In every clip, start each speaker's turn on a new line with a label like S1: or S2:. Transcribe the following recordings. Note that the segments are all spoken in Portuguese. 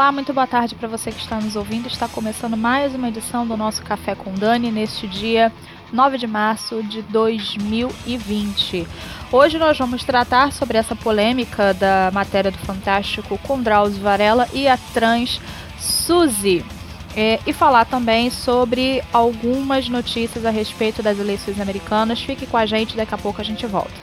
S1: Olá, muito boa tarde para você que está nos ouvindo. Está começando mais uma edição do nosso Café com Dani neste dia 9 de março de 2020. Hoje nós vamos tratar sobre essa polêmica da matéria do Fantástico com Drauzio Varela e a trans Suzy. E falar também sobre algumas notícias a respeito das eleições americanas. Fique com a gente, daqui a pouco a gente volta.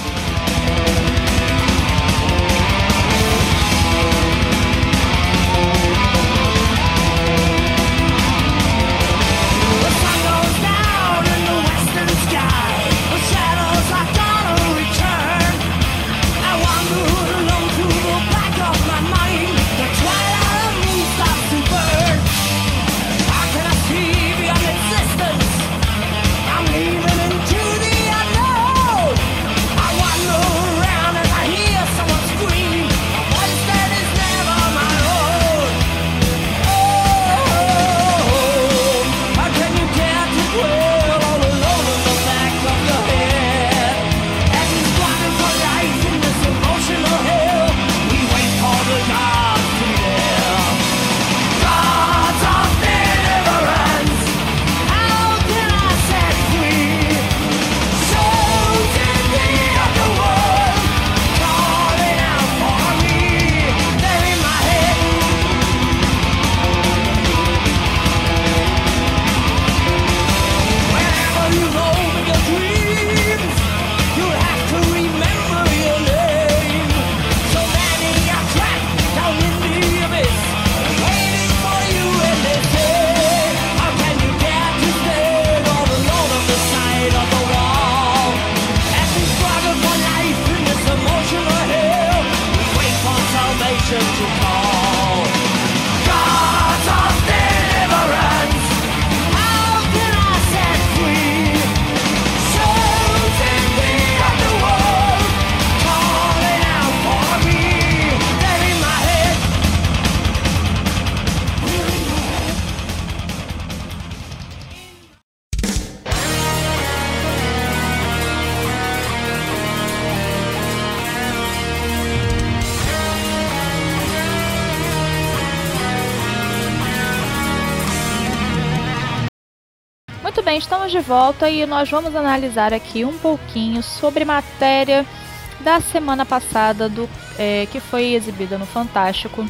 S1: Muito bem, estamos de volta e nós vamos analisar aqui um pouquinho sobre matéria da semana passada que foi exibida no Fantástico.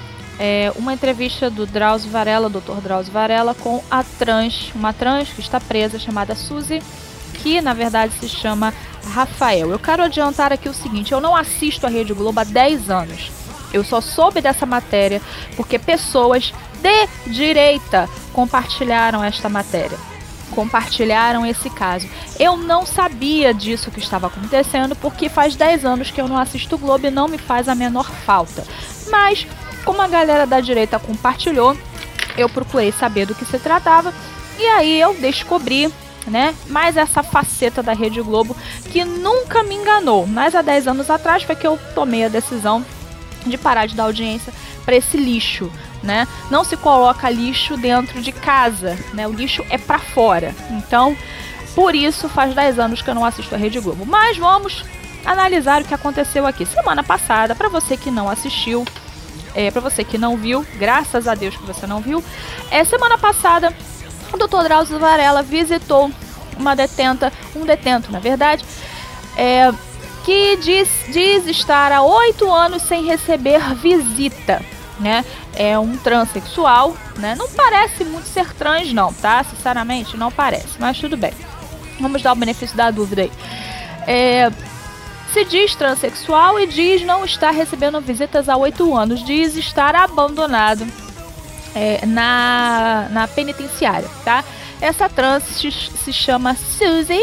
S1: Uma entrevista do Drauzio Varela, Dr. Drauzio Varela, com uma trans que está presa, chamada Suzy, que na verdade se chama Rafael. Eu quero adiantar aqui o seguinte: eu não assisto a Rede Globo há 10 anos. Eu só soube dessa matéria porque pessoas de direita compartilharam esta matéria. Compartilharam esse caso. Eu não sabia disso que estava acontecendo porque faz 10 anos que eu não assisto o Globo e não me faz a menor falta. Mas, como a galera da direita compartilhou, eu procurei saber do que se tratava e aí eu descobri, mais essa faceta da Rede Globo que nunca me enganou. Mas há 10 anos atrás foi que eu tomei a decisão de parar de dar audiência para esse lixo. Não se coloca lixo dentro de casa, o lixo é para fora. Então, por isso faz 10 anos que eu não assisto a Rede Globo. Mas vamos analisar o que aconteceu aqui semana passada. Para você que não assistiu, para você que não viu, graças a Deus que você não viu, semana passada o Dr. Drauzio Varela visitou um detento, na verdade, que diz estar há 8 anos sem receber visita. É um transexual, Não parece muito ser trans não, tá? Sinceramente, não parece, mas tudo bem. Vamos dar o benefício da dúvida aí. Se diz transexual e diz não estar recebendo visitas há 8 anos. Diz estar abandonado na penitenciária, tá? Essa trans se chama Suzy.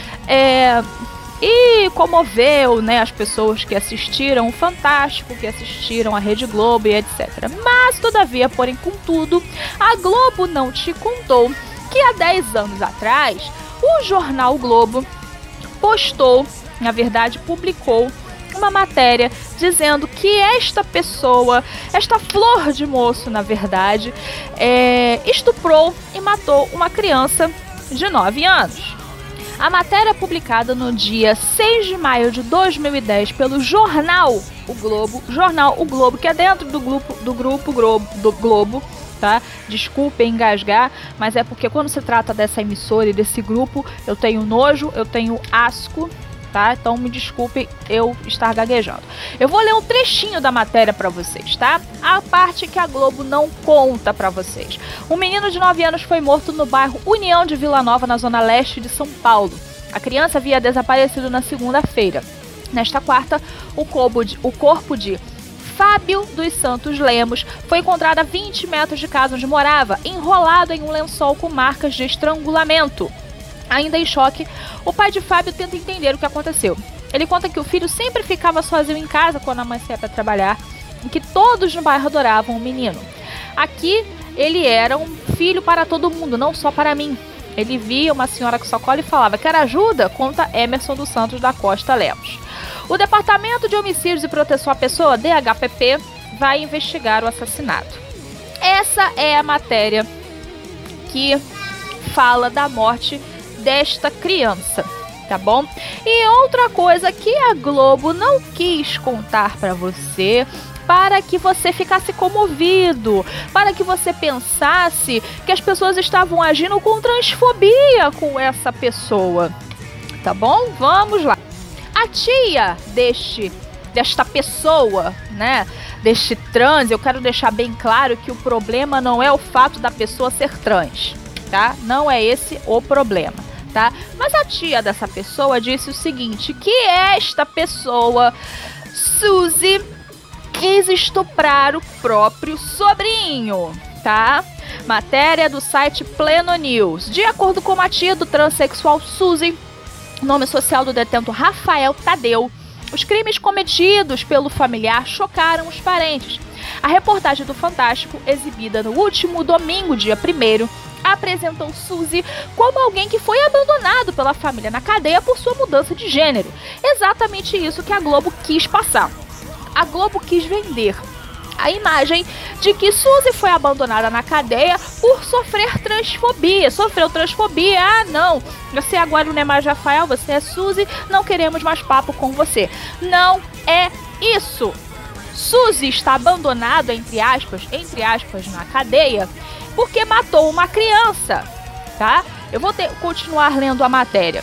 S1: E comoveu, as pessoas que assistiram o Fantástico, que assistiram a Rede Globo e etc. Mas, todavia, porém, contudo, a Globo não te contou que há 10 anos atrás, o jornal Globo publicou uma matéria dizendo que esta pessoa, esta flor de moço, na verdade, estuprou e matou uma criança de 9 anos. A matéria publicada no dia 6 de maio de 2010 pelo jornal O Globo, que é dentro do grupo Globo, tá? Desculpe engasgar, mas é porque quando se trata dessa emissora e desse grupo, eu tenho nojo, eu tenho asco, tá? Então me desculpem eu estar gaguejando. Eu vou ler um trechinho da matéria para vocês, tá? A parte que a Globo não conta para vocês. Um menino de 9 anos foi morto no bairro União de Vila Nova, na zona leste de São Paulo. A criança havia desaparecido na segunda-feira. Nesta quarta, o corpo de Fábio dos Santos Lemos foi encontrado a 20 metros de casa onde morava, enrolado em um lençol com marcas de estrangulamento. Ainda em choque, o pai de Fábio tenta entender o que aconteceu. Ele conta que o filho sempre ficava sozinho em casa quando a mãe saía para trabalhar e que todos no bairro adoravam o menino. Aqui, ele era um filho para todo mundo, não só para mim. Ele via uma senhora com sacola e falava: "Quer ajuda?", conta Emerson dos Santos da Costa Lemos. O Departamento de Homicídios e Proteção à Pessoa, DHPP, vai investigar o assassinato. Essa é a matéria que fala da morte desta criança, tá bom? E outra coisa que a Globo não quis contar para você, para que você ficasse comovido, para que você pensasse que as pessoas estavam agindo com transfobia com essa pessoa, tá bom? Vamos lá. A tia desta pessoa, né, deste trans, eu quero deixar bem claro que o problema não é o fato da pessoa ser trans, tá? Não é esse o problema, tá? Mas a tia dessa pessoa disse o seguinte, que esta pessoa, Suzy, quis estuprar o próprio sobrinho, tá? Matéria do site Pleno News. De acordo com a tia do transexual Suzy, nome social do detento Rafael Tadeu, os crimes cometidos pelo familiar chocaram os parentes. A reportagem do Fantástico, exibida no último domingo, dia 1º, apresentou Suzy como alguém que foi abandonado pela família na cadeia por sua mudança de gênero. Exatamente isso que a Globo quis passar. A Globo quis vender a imagem de que Suzy foi abandonada na cadeia por sofrer transfobia. Sofreu transfobia, não, você agora não é mais Rafael, você é Suzy, não queremos mais papo com você. Não é isso. Suzy está abandonado, entre aspas, na cadeia, porque matou uma criança, tá? Eu vou continuar lendo a matéria.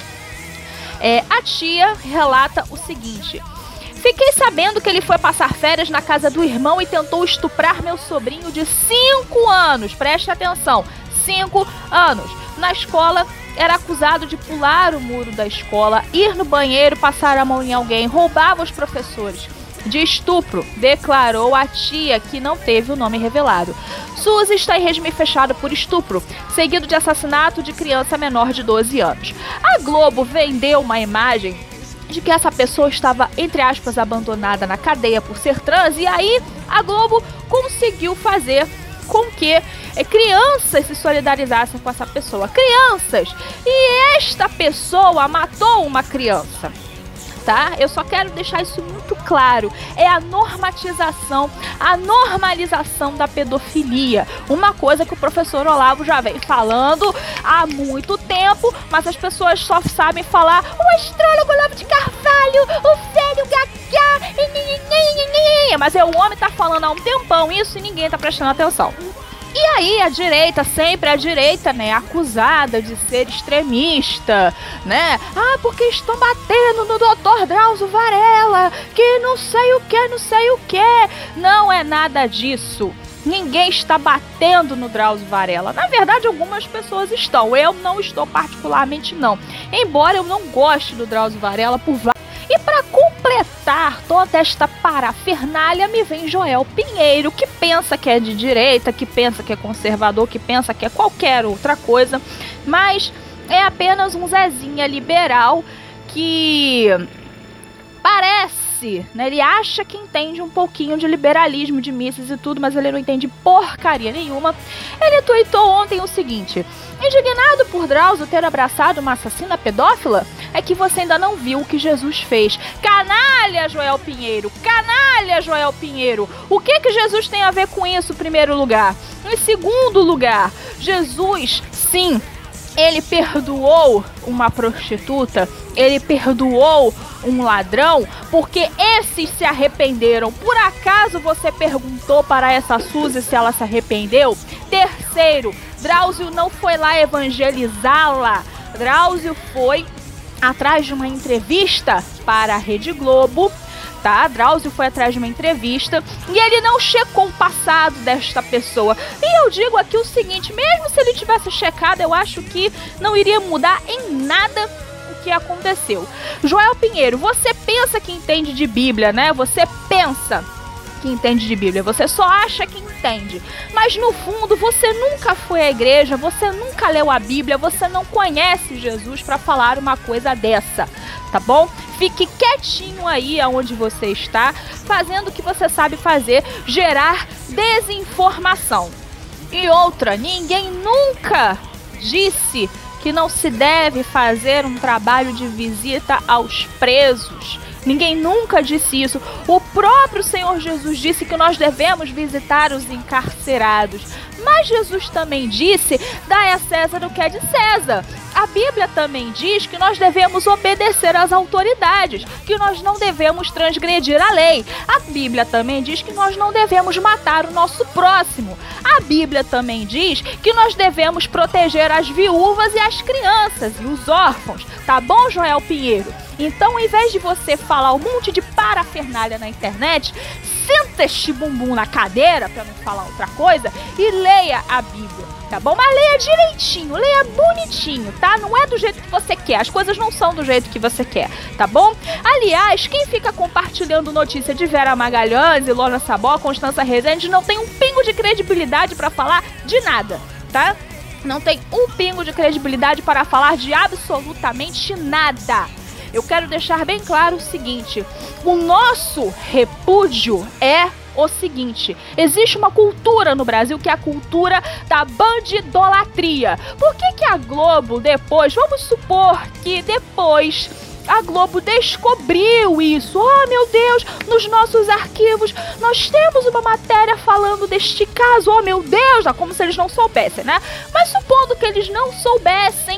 S1: A tia relata o seguinte: "Fiquei sabendo que ele foi passar férias na casa do irmão e tentou estuprar meu sobrinho de 5 anos. Preste atenção, 5 anos. Na escola, era acusado de pular o muro da escola, ir no banheiro, passar a mão em alguém, roubava os professores. De estupro", declarou a tia, que não teve o nome revelado. Suzy está em regime fechado por estupro, seguido de assassinato de criança menor de 12 anos. A Globo vendeu uma imagem de que essa pessoa estava, entre aspas, abandonada na cadeia por ser trans, e aí a Globo conseguiu fazer com que crianças se solidarizassem com essa pessoa. Crianças! E esta pessoa matou uma criança, tá? Eu só quero deixar isso muito claro. É a normatização, a normalização da pedofilia. Uma coisa que o professor Olavo já vem falando há muito tempo, mas as pessoas só sabem falar o astrólogo Olavo de Carvalho, o velho Gagá, mas o homem tá falando há um tempão isso e ninguém tá prestando atenção. E aí a direita, sempre a direita, né, acusada de ser extremista, né? Ah, porque estão batendo no Dr. Drauzio Varela, que não sei o que. Não é nada disso. Ninguém está batendo no Drauzio Varela. Na verdade, algumas pessoas estão. Eu não estou particularmente, não. Embora eu não goste do Drauzio Varela por vários. E para completar toda esta parafernália, me vem Joel Pinheiro, que pensa que é de direita, que pensa que é conservador, que pensa que é qualquer outra coisa, mas é apenas um Zezinha liberal que parece, né, ele acha que entende um pouquinho de liberalismo, de Mises e tudo, mas ele não entende porcaria nenhuma. Ele tuitou ontem o seguinte: indignado por Drauzio ter abraçado uma assassina pedófila? É que você ainda não viu o que Jesus fez. Canalha, Joel Pinheiro! Canalha, Joel Pinheiro! O que Jesus tem a ver com isso, em primeiro lugar? Em segundo lugar, Jesus, sim, ele perdoou uma prostituta, ele perdoou um ladrão, porque esses se arrependeram. Por acaso você perguntou para essa Suzy se ela se arrependeu? Terceiro, Drauzio não foi lá evangelizá-la. Drauzio foi atrás de uma entrevista para a Rede Globo, tá? Drauzio foi atrás de uma entrevista e ele não checou o passado desta pessoa. E eu digo aqui o seguinte, mesmo se ele tivesse checado, eu acho que não iria mudar em nada o que aconteceu. Joel Pinheiro, você pensa que entende de Bíblia, né? Você pensa que entende de Bíblia, você só acha que entende, mas no fundo você nunca foi à igreja, você nunca leu a Bíblia, você não conhece Jesus para falar uma coisa dessa, tá bom? Fique quietinho aí aonde você está, fazendo o que você sabe fazer, gerar desinformação. E outra, ninguém nunca disse que não se deve fazer um trabalho de visita aos presos. Ninguém nunca disse isso. O próprio Senhor Jesus disse que nós devemos visitar os encarcerados. Mas Jesus também disse, dai a César o que é de César. A Bíblia também diz que nós devemos obedecer às autoridades, que nós não devemos transgredir a lei. A Bíblia também diz que nós não devemos matar o nosso próximo. A Bíblia também diz que nós devemos proteger as viúvas e as crianças e os órfãos. Tá bom, Joel Pinheiro? Então, ao invés de você falar um monte de parafernália na internet, senta este bumbum na cadeira, para não falar outra coisa, e leia a Bíblia, tá bom? Mas leia direitinho, leia bonitinho, tá? Não é do jeito que você quer, as coisas não são do jeito que você quer, tá bom? Aliás, quem fica compartilhando notícia de Vera Magalhães, Ilona Sabó, Constança Rezende, não tem um pingo de credibilidade para falar de nada, tá? Não tem um pingo de credibilidade para falar de absolutamente nada. Eu quero deixar bem claro o seguinte, o nosso repúdio é o seguinte, existe uma cultura no Brasil que é a cultura da bandidolatria. Por que a Globo depois, vamos supor que depois a Globo descobriu isso, oh meu Deus, nos nossos arquivos nós temos uma matéria falando deste caso, oh meu Deus, como se eles não soubessem, né? Mas supondo que eles não soubessem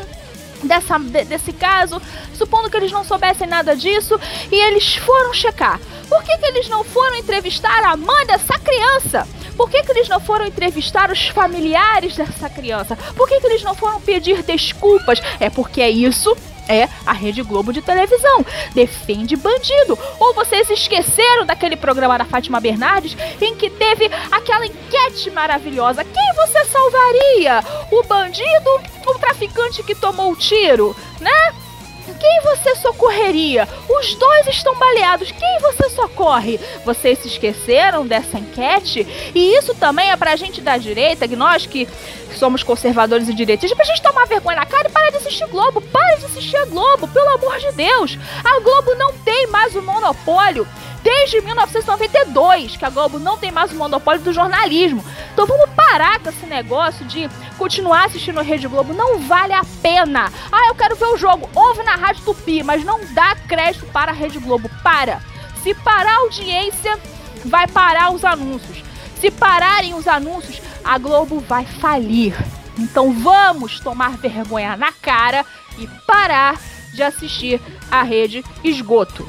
S1: desse caso, supondo que eles não soubessem nada disso e eles foram checar. Por que eles não foram entrevistar a mãe dessa criança? Por que eles não foram entrevistar os familiares dessa criança? Por que eles não foram pedir desculpas? É porque isso é a Rede Globo de televisão. Defende bandido. Ou vocês esqueceram daquele programa da Fátima Bernardes em que teve aquela enquete maravilhosa? Quem você salvaria? O bandido ou o traficante que tomou o tiro? Né? Quem você socorreria? Os dois estão baleados. Quem você socorre? Vocês se esqueceram dessa enquete? E isso também é pra gente da direita, que nós que somos conservadores e direitistas, pra gente tomar vergonha na cara e parar de assistir Globo. Para de assistir a Globo, pelo amor de Deus. A Globo não tem mais o monopólio. Desde 1992 que a Globo não tem mais o monopólio do jornalismo. Então vamos parar com esse negócio de continuar assistindo a Rede Globo. Não vale a pena. Ah, eu quero ver o jogo. Ouve na Rádio Tupi, mas não dá crédito para a Rede Globo. Para. Se parar a audiência, vai parar os anúncios. Se pararem os anúncios, a Globo vai falir. Então vamos tomar vergonha na cara e parar de assistir a Rede Esgoto.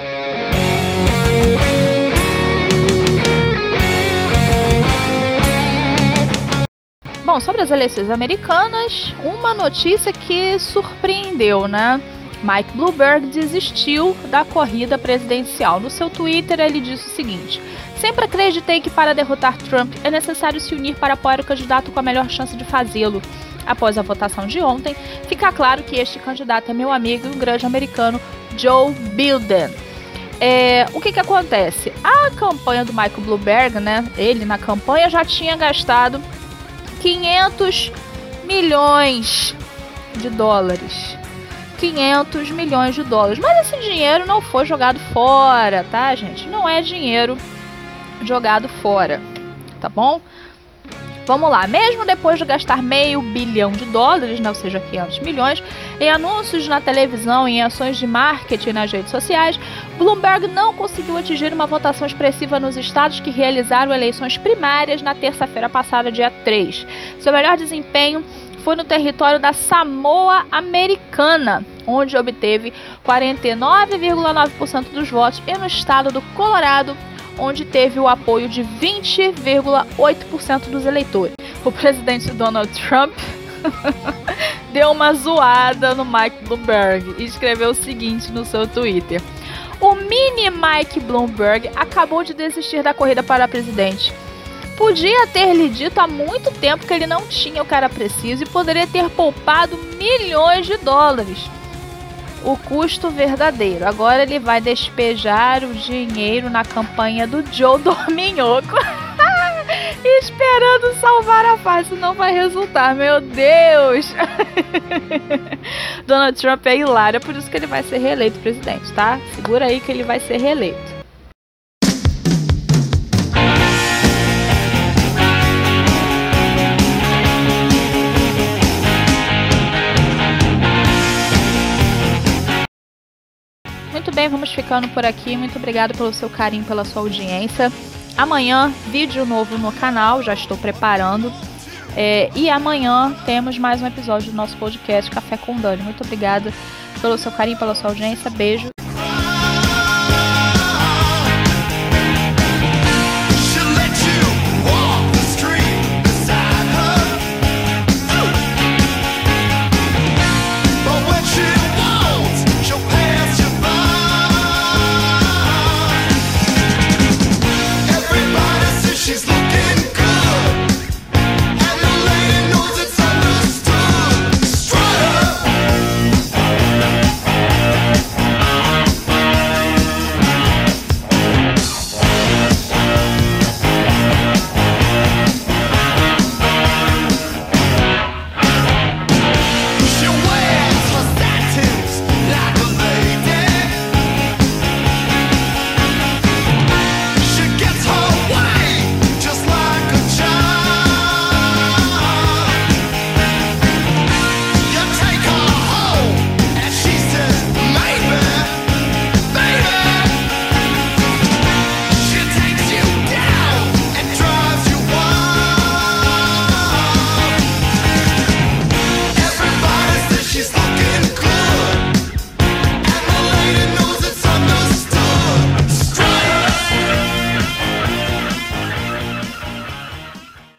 S1: Bom, sobre as eleições americanas, uma notícia que surpreendeu, né? Mike Bloomberg desistiu da corrida presidencial. No seu Twitter, ele disse o seguinte: sempre acreditei que para derrotar Trump é necessário se unir para apoiar o candidato com a melhor chance de fazê-lo. Após a votação de ontem, fica claro que este candidato é meu amigo e um grande americano, Joe Biden. O que acontece? A campanha do Mike Bloomberg, né? Ele na campanha já tinha gastado 500 milhões de dólares. 500 milhões de dólares. Mas esse dinheiro não foi jogado fora, tá, gente? Não é dinheiro jogado fora, tá bom? Vamos lá, mesmo depois de gastar $500 bilhão, né, ou seja, 500 milhões, em anúncios na televisão e em ações de marketing nas redes sociais, Bloomberg não conseguiu atingir uma votação expressiva nos estados que realizaram eleições primárias na terça-feira passada, dia 3. Seu melhor desempenho foi no território da Samoa Americana, onde obteve 49,9% dos votos, e no estado do Colorado, onde teve o apoio de 20,8% dos eleitores. O presidente Donald Trump deu uma zoada no Mike Bloomberg e escreveu o seguinte no seu Twitter: o mini Mike Bloomberg acabou de desistir da corrida para presidente. Podia ter lhe dito há muito tempo que ele não tinha o cara preciso e poderia ter poupado milhões de dólares. O custo verdadeiro. Agora ele vai despejar o dinheiro na campanha do Joe Dorminhoco. Esperando salvar a paz. Isso não vai resultar, meu Deus. Donald Trump é hilário, é por isso que ele vai ser reeleito presidente, tá? Segura aí que ele vai ser reeleito. Muito bem, vamos ficando por aqui. Muito obrigado pelo seu carinho, pela sua audiência. Amanhã, vídeo novo no canal, já estou preparando. E amanhã temos mais um episódio do nosso podcast Café com Dani. Muito obrigada pelo seu carinho, pela sua audiência. Beijo.